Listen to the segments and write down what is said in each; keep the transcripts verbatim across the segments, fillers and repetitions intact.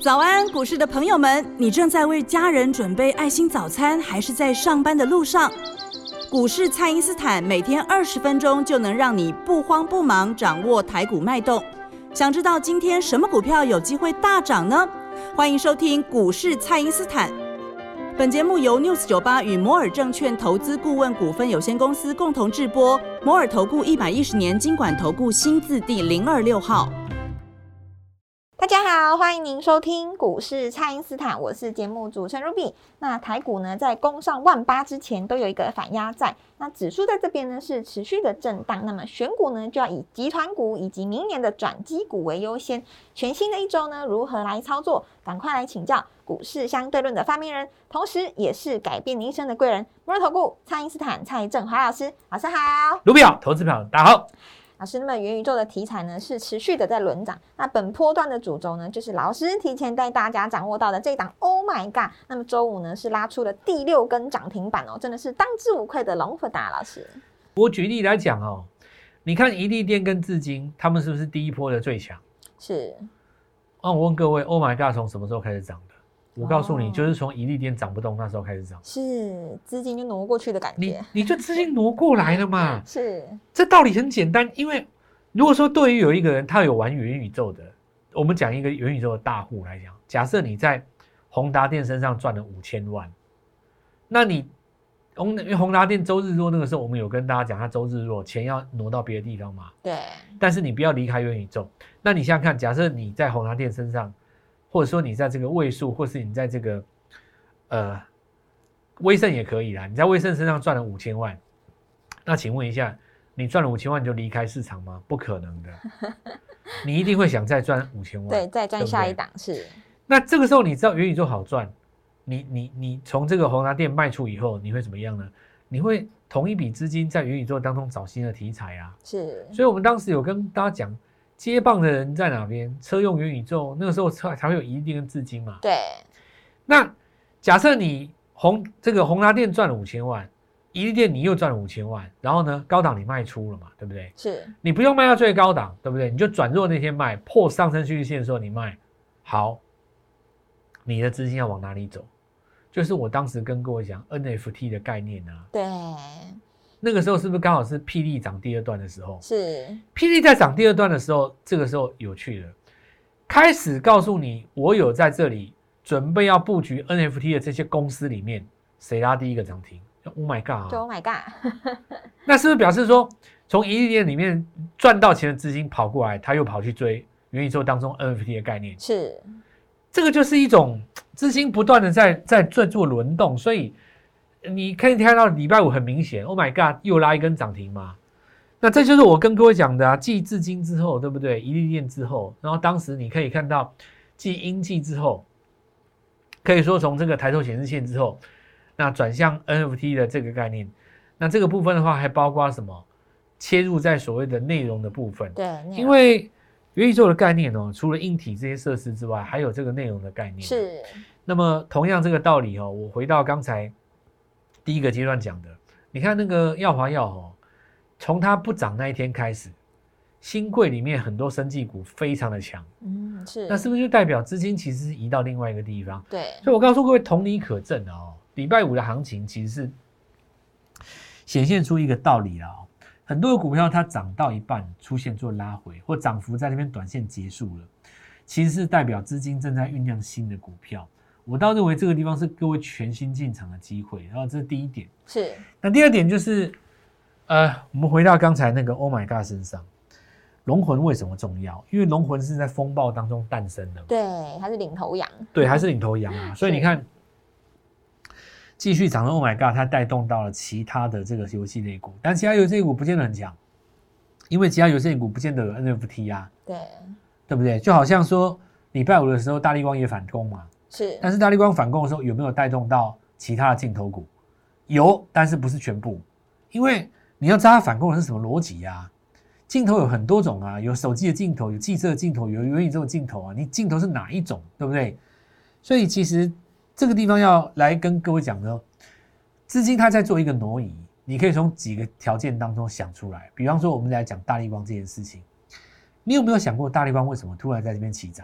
早安，股市的朋友们，你正在为家人准备爱心早餐，还是在上班的路上？股市蔡因斯坦每天二十分钟就能让你不慌不忙掌握台股脉动。想知道今天什么股票有机会大涨呢？欢迎收听股市蔡因斯坦。本节目由 News 九十八与摩尔证券投资顾问股份有限公司共同制播，摩尔投顾一百一十年金管投顾新字第零二六号。 大家好，欢迎您收听股市蔡因斯坦，我是节目主持人 Ruby。那台股呢，在攻上万八之前都有一个反压在，那指数在这边呢是持续的震荡，那么选股呢就要以集团股以及明年的转机股为优先。全新的一周呢，如何来操作？赶快来请教股市相对论的发明人，同时也是改变你一生的贵人——摩尔投顾蔡因斯坦蔡正华老师。老师好。 卢比好，投资朋友大家好。 老师，那么元宇宙的题材呢是持续的在轮涨，那本波段的主轴呢就是老师提前带大家掌握到的这一档 Oh my God， 那么周五呢是拉出了第六根涨停板哦，真的是当之无愧的龙福达老师。 我举例来讲哦，你看怡利电跟智金，他们是不是第一波的最强？ 是。 那、啊、我问各位 ，Oh my God 从什么时候开始涨的？我告诉你，哦、就是从怡利电涨不动那时候开始涨， 是资金就挪过去的感觉， 你你就资金挪过来了嘛。 是， 这道理很简单，因为如果说对于有一个人他有玩元宇宙的，我们讲一个元宇宙的大户来讲，假设你在宏达电身上赚了五千万，那你宏因为宏达电周日弱那个时候，我们有跟大家讲，他周日弱钱要挪到别的地方嘛， 对， 但是你不要离开元宇宙。那你想想看，假设你在宏达电身上，或者说你在这个位数，或是你在这个呃威盛也可以啦，你在威盛身上赚了五千万，那请问一下，你赚了五千万你就离开市场吗？不可能的，你一定会想再赚五千万， 对，再赚下一档是。 那这个时候你知道元宇宙好赚，你你你从这个宏达电卖出以后，你会怎么样呢？你会同一笔资金在元宇宙当中找新的题材啊， 是。 所以我们当时有跟大家讲。接棒的人在哪边？车用元宇宙，那个时候才会有怡利跟智金嘛。 对。 那假设你宏这个宏达电赚了五千万，怡利电你又赚了五千万，然后呢，高档你卖出了嘛，对不对？ 是。 你不用卖到最高档，对不对？你就转弱那天卖，破上升趋势线的时候你卖，好，你的资金要往哪里走？就是我当时跟各位讲 N F T 的概念啊。 对。 那个时候是不是刚好是霹雳涨第二段的时候？ 是。 霹雳在涨第二段的时候，这个时候有趣了，开始告诉你，我有在这里准备要布局 N F T 的这些公司里面，谁拉第一个涨停 ？Oh my god！ 就 Oh my god！ 那是不是表示说，从怡利电里面赚到钱的资金跑过来，他又跑去追元宇宙当中 N F T 的概念？ 是。 这个就是一种资金不断的在在在做轮动，所以。你可以看到礼拜五很明显 ，Oh my God， 又拉一根涨停嘛。那这就是我跟各位讲的啊，继智金之后，对不对？怡利电之后，然后当时你可以看到继英记之后，可以说从这个抬头显示线之后，那转向 N F T 的这个概念。那这个部分的话，还包括什么？切入在所谓的内容的部分。 对， 因为元宇宙的概念哦，除了硬体这些设施之外，还有这个内容的概念。 是。 那么同样这个道理哦，我回到刚才。第一个阶段讲的，你看那个耀华药哦，从它不涨那一天开始，新贵里面很多生技股非常的强， 嗯，是， 那是不是就代表资金其实是移到另外一个地方？ 对， 所以我告诉各位，同理可证的哦，礼拜五的行情其实是显现出一个道理了哦，很多的股票它涨到一半出现做拉回，或涨幅在那边短线结束了，其实是代表资金正在酝酿新的股票。我倒认为这个地方是各位全新进场的机会，然后这是第一点。 是。 那第二点就是，呃，我们回到刚才那个 Oh my God 身上，龙魂为什么重要？因为龙魂是在风暴当中诞生的， 对，它是领头羊， 对，还是领头羊啊。所以你看，继续涨的 Oh my God， 它带动到了其他的这个游戏类股，但其他游戏类股不见得很强，因为其他游戏类股不见得有 N F T 啊， 对， 对不对？就好像说礼拜五的时候，大立光也反攻嘛。 是， 但是大立光反攻的时候有没有带动到其他的镜头股？有，但是不是全部？因为你要知道它反攻的是什么逻辑啊？镜头有很多种啊，有手机的镜头，有汽车的镜头，有元宇宙的镜头啊。你镜头是哪一种，对不对？所以其实这个地方要来跟各位讲的，资金它在做一个挪移，你可以从几个条件当中想出来。比方说，我们来讲大立光这件事情，你有没有想过大立光为什么突然在这边起涨？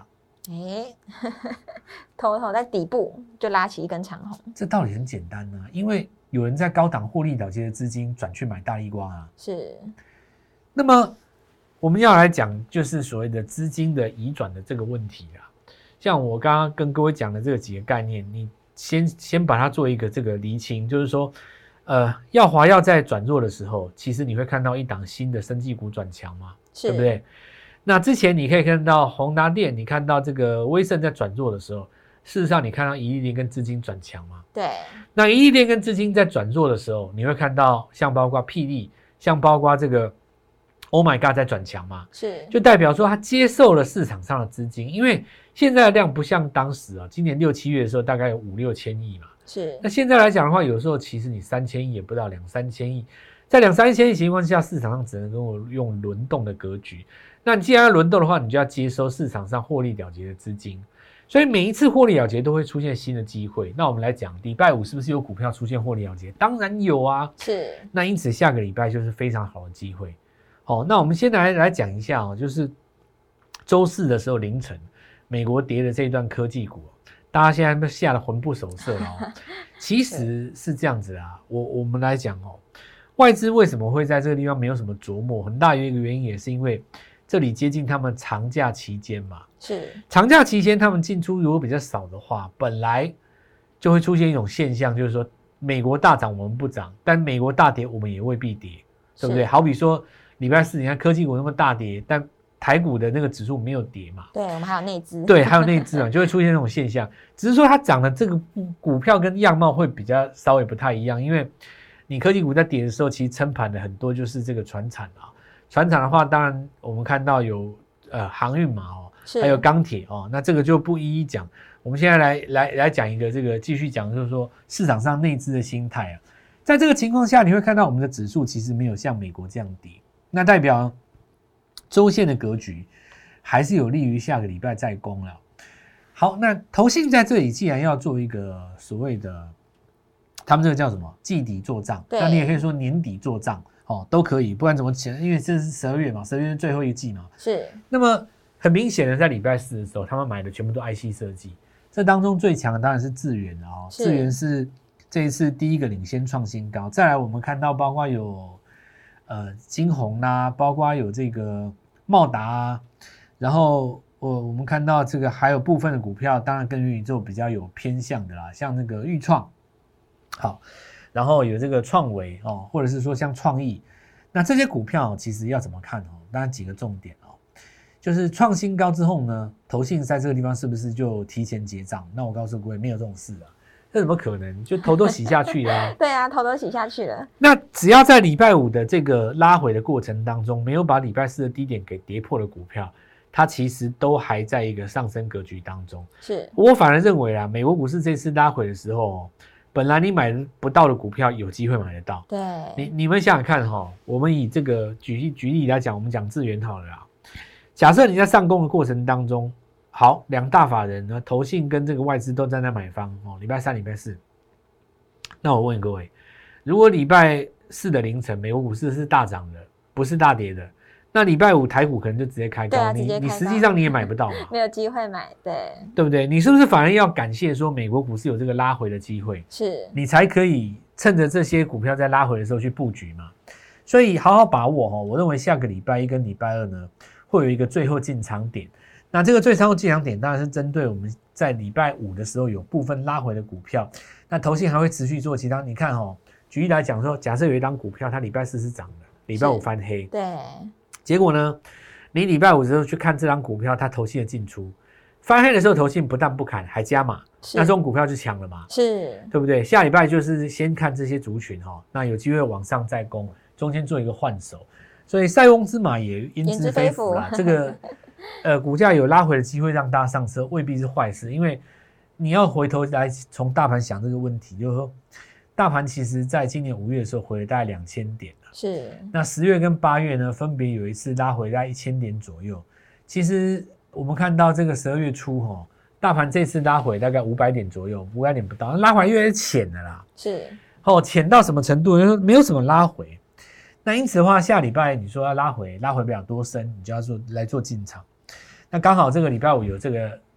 哎，偷偷在底部就拉起一根长红， 这道理很简单啊，因为有人在高档获利了结的资金转去买大立光啊。 是。 那么我们要来讲，就是所谓的资金的移转的这个问题啊。像我刚刚跟各位讲的这个几个概念，你先先把它做一个这个厘清，就是说，呃，耀华药在转弱的时候，其实你会看到一档新的生技股转强嘛，对不对？那之前你可以看到宏达电，你看到这个威盛在转弱的时候，事实上你看到怡利电跟资金转强嘛。 对。 那怡利电跟资金在转弱的时候，你会看到像包括霹雳，像包括这个 Oh my God 在转强嘛， 是， 就代表说它接受了市场上的资金，因为现在的量不像当时啊，今年六七月的时候大概有五六千亿嘛。 是。那现在来讲的话，有时候其实你三千亿也不到两三千亿，在两三千亿情况下，市场上只能跟我用轮动的格局。那你既然要轮动的话，你就要接收市场上获利了结的资金，所以每一次获利了结都会出现新的机会。那我们来讲，礼拜五是不是有股票出现获利了结？当然有啊。 是。那因此下个礼拜就是非常好的机会。好、哦，那我们先来来讲一下哦，就是周四的时候凌晨，美国跌的这一段科技股，大家现在吓得魂不守舍哦。其实是这样子啊，我我们来讲哦，外资为什么会在这个地方没有什么琢磨？很大一个原因也是因为这里接近他们长假期间嘛。 是。长假期间他们进出如果比较少的话，本来就会出现一种现象，就是说美国大涨我们不涨，但美国大跌我们也未必跌，对不对？好比说礼拜四你看科技股那么大跌，但台股的那个指数没有跌嘛。 对，我们还有内资。 对，还有内资嘛，就会出现这种现象。只是说它涨的这个股票跟样貌会比较稍微不太一样，因为你科技股在跌的时候，其实撑盘的很多就是这个传产啊。传产的话，当然我们看到有呃航运嘛哦，还有钢铁哦，那这个就不一一讲。我们现在来来来讲一个这个继续讲，就是说市场上内资的心态啊。在这个情况下，你会看到我们的指数其实没有像美国这样跌。那代表周线的格局还是有利于下个礼拜再攻了。好，那投信在这里既然要做一个所谓的，他们这个叫什么季底做账，那你也可以说年底做账哦，都可以，不管怎么讲，因为这是十二月嘛，十二月是最后一季嘛。 是。 那么很明显的，在礼拜四的时候，他们买的全部都 I C 设计，这当中最强的当然是智原了哦，智原是这一次第一个领先创新高。再来，我们看到包括有。呃，金鸿啦、啊，包括有这个茂达啊，然后我我们看到这个还有部分的股票，当然跟元宇宙比较有偏向的啦，像那个裕创，好，然后有这个创维哦，或者是说像创意，那这些股票其实要怎么看哦？当然几个重点哦，就是创新高之后呢，投信在这个地方是不是就提前结账？那我告诉各位，没有这种事啊。这怎么可能？就头都洗下去了、啊。 对啊，头都洗下去了。 那只要在礼拜五的这个拉回的过程当中，没有把礼拜四的低点给跌破的股票，它其实都还在一个上升格局当中。 是， 我反而认为啊，美国股市这次拉回的时候，本来你买不到的股票，有机会买得到。 对， 你你们想想看哈、哦，我们以这个举例举例来讲，我们讲智原好了啦。假设你在上攻的过程当中。好，两大法人呢，投信跟这个外资都在那买方哦。礼拜三、礼拜四，那我问各位，如果礼拜四的凌晨美国股市是大涨的，不是大跌的，那礼拜五台股可能就直接开高， 啊、 你你实际上你也买不到嘛， 没有机会买，对对不对？你是不是反而要感谢说美国股市有这个拉回的机会， 是你才可以趁着这些股票在拉回的时候去布局嘛？所以好好把握哦。我认为下个礼拜一跟礼拜二呢，会有一个最后进场点。那这个最后进场点当然是针对我们在礼拜五的时候有部分拉回的股票，那投信还会持续做其他。你看哦，举例来讲说，假设有一档股票它礼拜四是涨的，礼拜五翻黑， 对， 结果呢，你礼拜五的时候去看这档股票它投信的进出，翻黑的时候投信不但不砍还加码，那这种股票就强了嘛， 是， 对不对？下礼拜就是先看这些族群哈、哦，那有机会往上再攻，中间做一个换手，所以塞翁之马也焉知非福啦，这个。呃，股价有拉回的机会让大家上车，未必是坏事，因为你要回头来从大盘想这个问题，就是说，大盘其实在今年五月的时候回了大概两千点了， 是。那十月跟八月呢，分别有一次拉回大概一千点左右。其实我们看到这个十二月初哈、哦，大盘这次拉回大概五百点左右，五百点不到，拉回越来越浅了啦。 是。 哦，浅到什么程度？没有什么拉回。那因此的话，下礼拜你说要拉回，拉回不了多深，你就要做来做进场。那刚好这个礼拜五有这个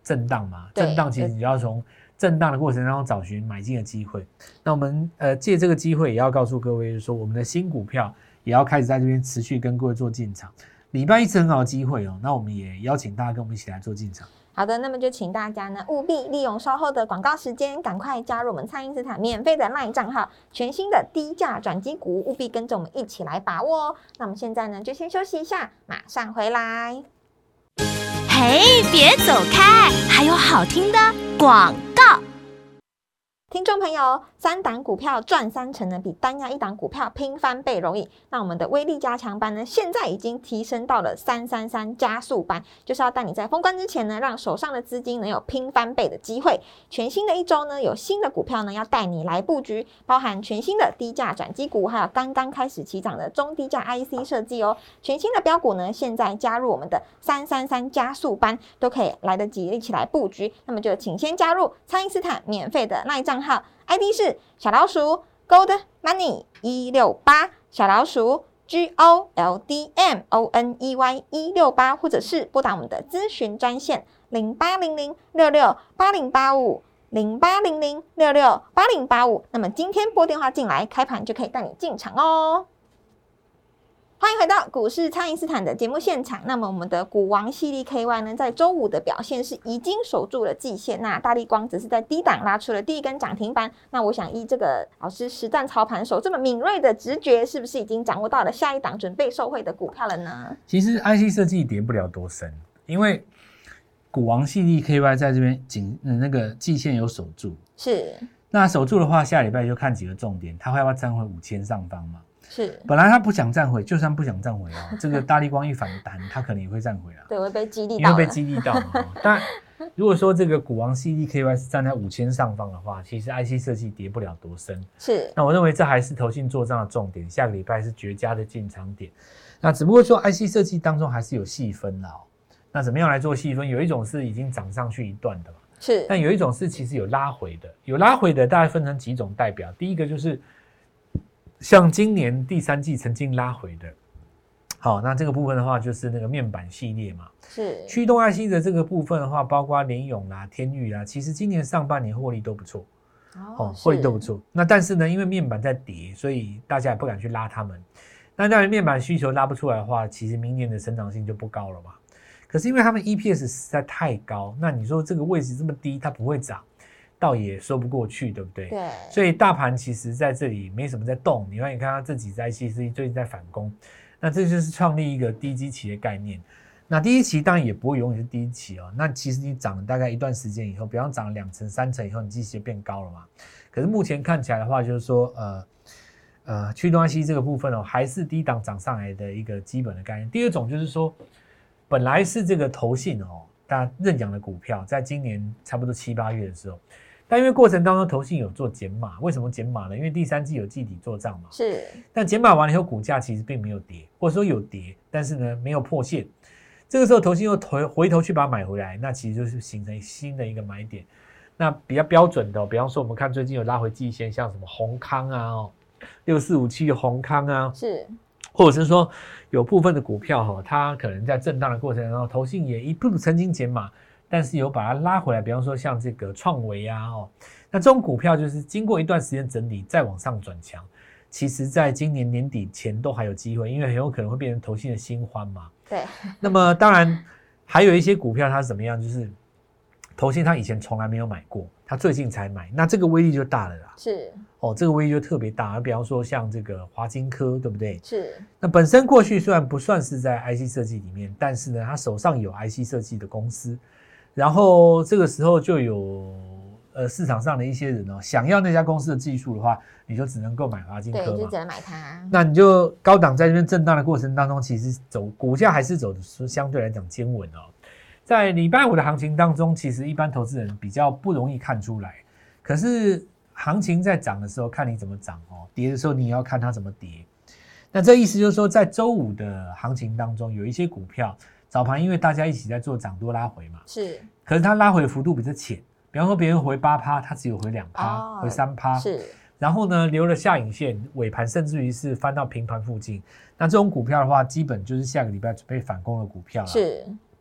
震荡嘛，震荡其实你要从震荡的过程当中找寻买进的机会。那我们呃借这个机会也要告诉各位，就是说我们的新股票也要开始在这边持续跟各位做进场。礼拜一是很好的机会哦，那我们也邀请大家跟我们一起来做进场。 好的，那么就请大家呢务必利用稍后的广告时间，赶快加入我们蔡因斯坦免费的 LINE 账号，全新的低价转机股，务必跟着我们一起来把握哦。那我们现在呢就先休息一下，马上回来。 嘿，别走开，还有好听的广告。 听众朋友，三档股票赚三成呢，比单押一档股票拼翻倍容易。那我们的威力加强班呢，现在已经提升到了三三三加速班，就是要带你在封关之前呢，让手上的资金能有拼翻倍的机会。全新的一周呢，有新的股票呢要带你来布局，包含全新的低价转机股，还有刚刚开始起涨的中低价 I C 设计哦。全新的标股呢，现在加入我们的三三三加速班，都可以来得及一起来布局。那么就请先加入蔡因斯坦免费的 LINE 账号 ，I D 是小老鼠 Gold Money 一六八，小老鼠 G O L D M O N E Y 一六八，或者是拨打我们的咨询专线零八零零六六八零八五零八零零六六八零八五。那么今天拨电话进来，开盘就可以带你进场哦。欢迎回到股市蔡因斯坦的节目现场。那么我们的股王矽力 K Y 呢，在周五的表现是已经守住了季线，那大立光只是在低档拉出了第一根涨停板。那我想依这个老师实战操盘手这么敏锐的直觉，是不是已经掌握到了下一档准备受惠的股票了呢？ 其实 I C 设计跌不了多深，因为股王矽力 K Y 在这边仅、嗯、那个季线有守住， 是。 那守住的话，下礼拜就看几个重点，它会要不要站回五千上方嘛？ 是， 本来他不想站回，就算不想站回哦，这个大立光一反弹，他可能也会站回啦。 对，会被激励到， 因为被激励到嘛。但如果说这个股王 C D K Y 是站在五千上方的话，其实 I C 设计跌不了多深。 是， 那我认为这还是投信做账的重点，下个礼拜是绝佳的进场点。那只不过说 I C 设计当中还是有细分啦、哦。那怎么样来做细分？有一种是已经涨上去一段的嘛， 是， 但有一种是其实有拉回的，有拉回的大概分成几种代表。第一个就是像今年第三季曾经拉回的，好，那这个部分的话就是那个面板系列嘛， 是驱动 I C 的这个部分的话，包括联咏啦、天钰啦，其实今年上半年获利都不错，哦，获利都不错。那但是呢，因为面板在跌，所以大家也不敢去拉它们。那当然面板需求拉不出来的话，其实明年的成长性就不高了嘛。可是因为他们 E P S 实在太高，那你说这个位置这么低，它不会涨，倒也说不过去，对不对？ 对。 所以大盘其实在这里没什么在动，你看，你看它这几只 I C 最近在反攻，那这就是创立一个低基期的概念。那第一期当然也不会永远是第一期哦，那其实你涨了大概一段时间以后，比方涨了两成、三成以后，你基期就变高了嘛。可是目前看起来的话，就是说，呃呃，驱动 I C 这个部分哦，还是低档涨上来的一个基本的概念。第二种就是说，本来是这个投信哦，大家认养的股票，在今年差不多七八月的时候，但因为过程当中投信有做减码，为什么减码呢？因为第三季有季底做账嘛。 是。 但减码完了以后，股价其实并没有跌，或者说有跌，但是呢没有破线。这个时候投信又回回头去把它买回来，那其实就是形成新的一个买点。那比较标准的、哦，比方说我们看最近有拉回季线，像什么宏康啊，哦，六四五七的宏康啊， 是， 或者是说有部分的股票哈、哦，它可能在震荡的过程当中，投信也一度曾经减码，但是有把它拉回来。比方说像这个创维啊，哦，那这种股票就是经过一段时间整理，再往上转强，其实在今年年底前都还有机会，因为很有可能会变成投信的新欢嘛。 对。 那么当然还有一些股票它是怎么样，就是投信它以前从来没有买过，它最近才买，那这个威力就大了啦。 是。哦， 这个威力就特别大。比方说像这个华金科，对不对？ 是。那本身过去虽然不算是在 I C 设计里面，但是呢，它手上有 I C 设计的公司，然后这个时候就有呃市场上的一些人哦，想要那家公司的技术的话，你就只能购买华金科嘛， 对，就只能买它。 那你就高档在这边震荡的过程当中，其实走股价还是走的相对来讲坚稳哦。在礼拜五的行情当中，其实一般投资人比较不容易看出来，可是行情在涨的时候看你怎么涨哦，跌的时候你也要看它怎么跌。那这意思就是说，在周五的行情当中，有一些股票早盘因为大家一起在做涨多拉回嘛， 是， 可是它拉回的幅度比较浅，比方说别人回 百分之八， 它只有回 百分之二，哦，回 百分之三， 是， 然后呢留了下影线，尾盘甚至于是翻到平盘附近。那这种股票的话，基本就是下个礼拜准备反攻的股票了。 是。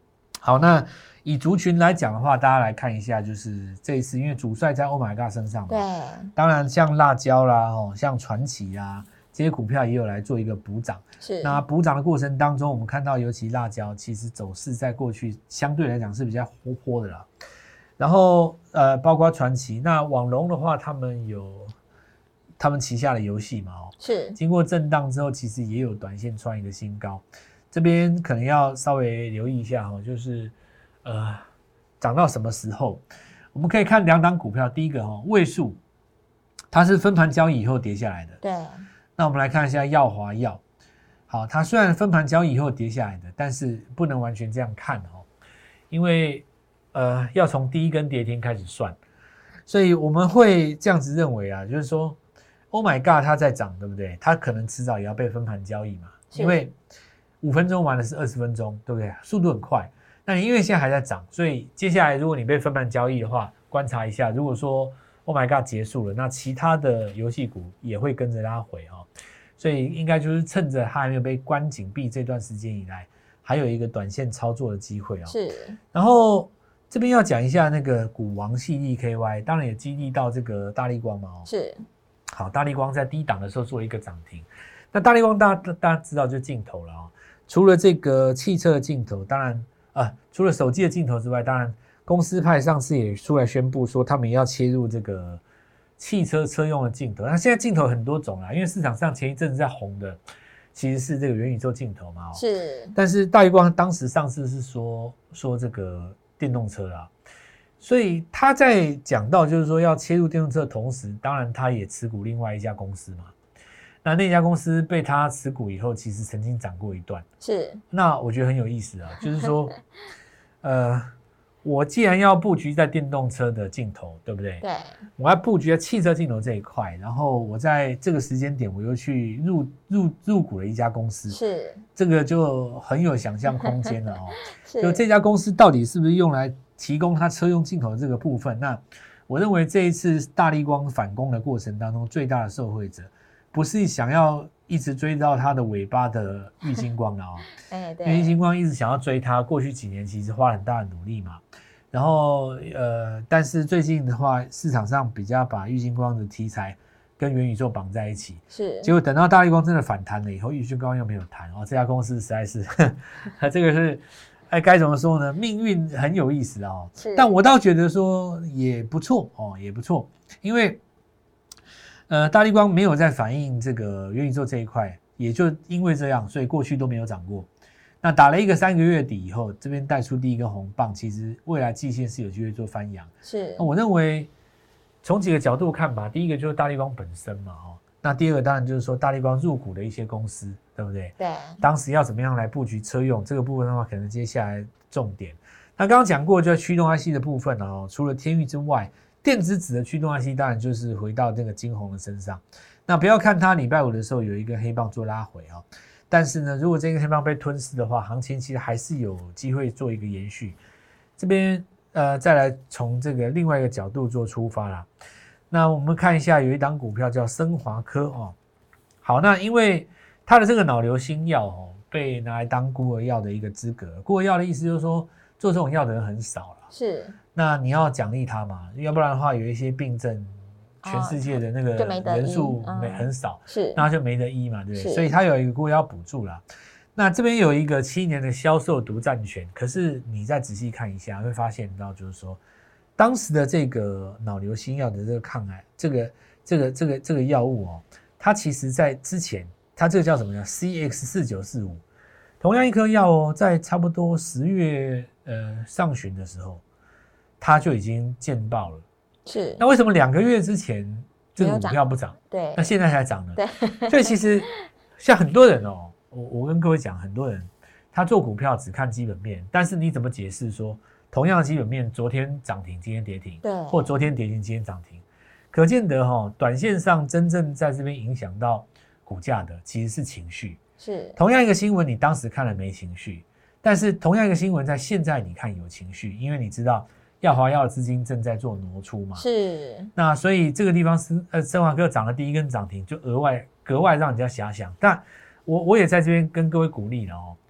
好，那以族群来讲的话，大家来看一下，就是这一次因为主帅在 Oh My God 身上嘛， 对， 当然像辣椒啦，哦，像传奇啊这些股票也有来做一个补涨。 是。 那补涨的过程当中，我们看到尤其辣椒其实走势在过去相对来讲是比较活泼的啦。然后呃，包括传奇，那网龙的话，他们有他们旗下的游戏嘛，哦， 是经过震荡之后，其实也有短线创一个新高，这边可能要稍微留意一下哦，就是呃涨到什么时候？我们可以看两档股票，第一个哦，位数，它是分盘交易以后跌下来的， 对。 那我们来看一下耀华药，好，它虽然分盘交易以后跌下来的，但是不能完全这样看哦，因为呃要从第一根跌停开始算，所以我们会这样子认为啊，就是说 Oh my God 它在涨，对不对？它可能迟早也要被分盘交易嘛，因为五分钟玩的是二十分钟，对不对？速度很快。那你因为现在还在涨，所以接下来如果你被分盘交易的话，观察一下，如果说 Oh my God 结束了，那其他的游戏股也会跟着拉回哦。所以应该就是趁着它还没有被关紧闭这段时间以来，还有一个短线操作的机会哦。 是。 然后这边要讲一下那个股王系 E K Y， 当然也激励到这个大立光嘛哦。 是。 好，大立光在低档的时候做一个涨停。那大立光大家大家知道就是镜头了哦。除了这个汽车的镜头，当然啊，除了手机的镜头之外，当然公司派上次也出来宣布说他们也要切入这个汽车车用的镜头。那现在镜头很多种啦，因为市场上前一阵子在红的其实是这个元宇宙镜头嘛、哦、 是。 但是大立光当时上次是说说这个电动车啦，所以他在讲到就是说要切入电动车的同时，当然他也持股另外一家公司嘛。那那家公司被他持股以后，其实曾经涨过一段。 是。 那我觉得很有意思啊，就是说，呃，我既然要布局在电动车的镜头，对不对？ 对。 我要布局在汽车镜头这一块，然后我在这个时间点，我又去入入入股了一家公司， 是。 这个就很有想象空间了哦。 是。 就这家公司到底是不是用来提供它车用镜头的这个部分？那我认为这一次大立光反攻的过程当中，最大的受惠者。不是想要一直追到它的尾巴的玉晶光了哦， 哎对， 因为玉晶光一直想要追它，过去几年其实花了很大的努力嘛。然后呃，但是最近的话，市场上比较把玉晶光的题材跟元宇宙绑在一起， 是。 结果等到大立光真的反弹了以后，玉晶光又没有弹哦，这家公司实在是，呵呵这个是，哎，该怎么说呢？命运很有意思哦。是。但我倒觉得说也不错哦，也不错，因为。呃，大立光没有在反映这个元宇宙这一块，也就因为这样，所以过去都没有涨过。那打了一个三个月底以后，这边带出第一根红棒，其实未来季线是有机会做翻扬。 是， 那我认为从几个角度看吧，第一个就是大立光本身嘛，哦，那第二个当然就是说大立光入股的一些公司，对不对？ 对。当时要怎么样来布局车用这个部分的话，可能接下来重点。那刚刚讲过，就是驱动 I C 的部分哦，除了天钰之外。电子纸的驱动 I C 当然就是回到这个金鸿的身上，那不要看它礼拜五的时候有一根黑棒做拉回啊、哦，但是呢，如果这根黑棒被吞噬的话，行情其实还是有机会做一个延续。这边呃再来从这个另外一个角度做出发啦。那我们看一下有一档股票叫升华科哦，好，那因为它的这个脑瘤新药哦被拿来当孤儿药的一个资格，孤儿药的意思就是说做这种药的人很少了， 是。 那你要奖励它嘛，要不然的话有一些病症，全世界的那个人数没很少， 是， 那就没得医嘛，对不对？所以它有一个孤儿药补助啦。那这边有一个七年的销售独占权，可是你再仔细看一下，会发现到就是说，当时的这个脑瘤新药的这个抗癌，这个这个这个这个药物哦，它其实在之前，它这个叫什么呢 ？C X 四九四五，同样一颗药哦，在差不多十月呃上旬的时候。它就已经见报了， 是。 那为什么两个月之前这个股票不涨？ 对， 那现在才涨了。 对， 所以其实像很多人哦，我我跟各位讲，很多人他做股票只看基本面，但是你怎么解释说同样的基本面，昨天涨停，今天跌停， 对， 或昨天跌停，今天涨停，可见得哈、哦，短线上真正在这边影响到股价的其实是情绪。 是， 同样一个新闻，你当时看了没情绪，但是同样一个新闻在现在你看有情绪，因为你知道。耀华药的资金正在做挪出嘛， 是。 那所以这个地方是呃，升华科涨了第一根涨停，就额外格外让人家遐想。但我我也在这边跟各位鼓励了哦，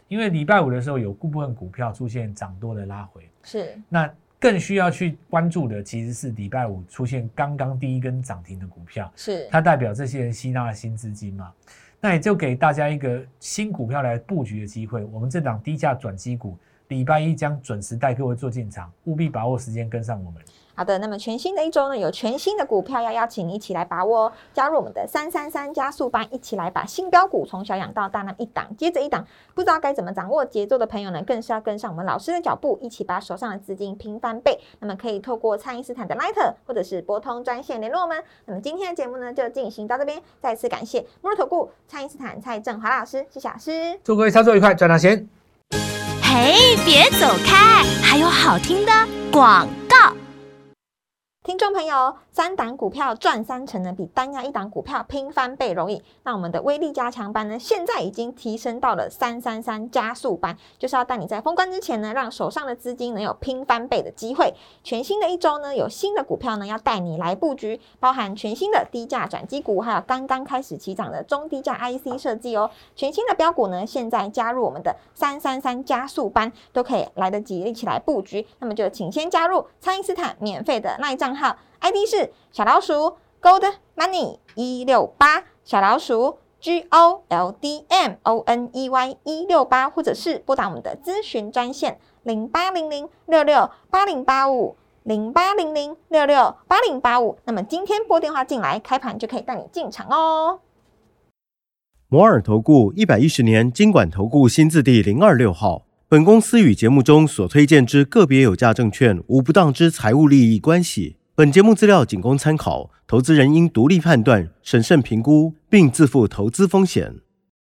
因为礼拜五的时候有部分股票出现涨多的拉回， 是， 那更需要去关注的其实是礼拜五出现刚刚第一根涨停的股票， 是它代表这些人吸纳了新资金嘛，那也就给大家一个新股票来布局的机会。我们这档低价转机股，礼拜一将准时带各位做进场，务必把握时间跟上我们。 好的，那么全新的一周呢，有全新的股票要邀请你一起来把握哦，加入我们的三三三加速班，一起来把新标股从小养到大，那么一档接着一档，不知道该怎么掌握节奏的朋友呢，更是要跟上我们老师的脚步，一起把手上的资金拼翻倍。那么可以透过蔡因斯坦的 Line 或者是拨通专线联络我们。那么今天的节目呢，就进行到这边，再次感谢摩尔投顾蔡因斯坦蔡正华老师，谢谢老师， 祝各位操作愉快，赚大钱。 嘿，别走开，还有好听的广告。 听众朋友，三档股票赚三成呢，比单押一档股票拼翻倍容易。那我们的威力加强班呢，现在已经提升到了三三三加速班，就是要带你在封关之前呢，让手上的资金能有拼翻倍的机会。全新的一周呢，有新的股票呢要带你来布局，包含全新的低价转机股，还有刚刚开始起涨的中低价 I C 设计哦。全新的标股呢，现在加入我们的三三三加速班，都可以来得及一起来布局。那么就请先加入蔡因斯坦免费的LINE账号 ，I D 是小老鼠 Gold Money 一六八，小老鼠 G O L D M O N E Y 一六八，或者是拨打我们的咨询专线零八零零六六八零八五零八零零六六八零八五。那么今天拨电话进来，开盘就可以带你进场哦。 摩尔投顾一百一十年金管投顾新字第零二六号。本公司与节目中所推荐之个别有价证券无不当之财务利益关系。本节目资料仅供参考，投资人应独立判断、审慎评估，并自负投资风险。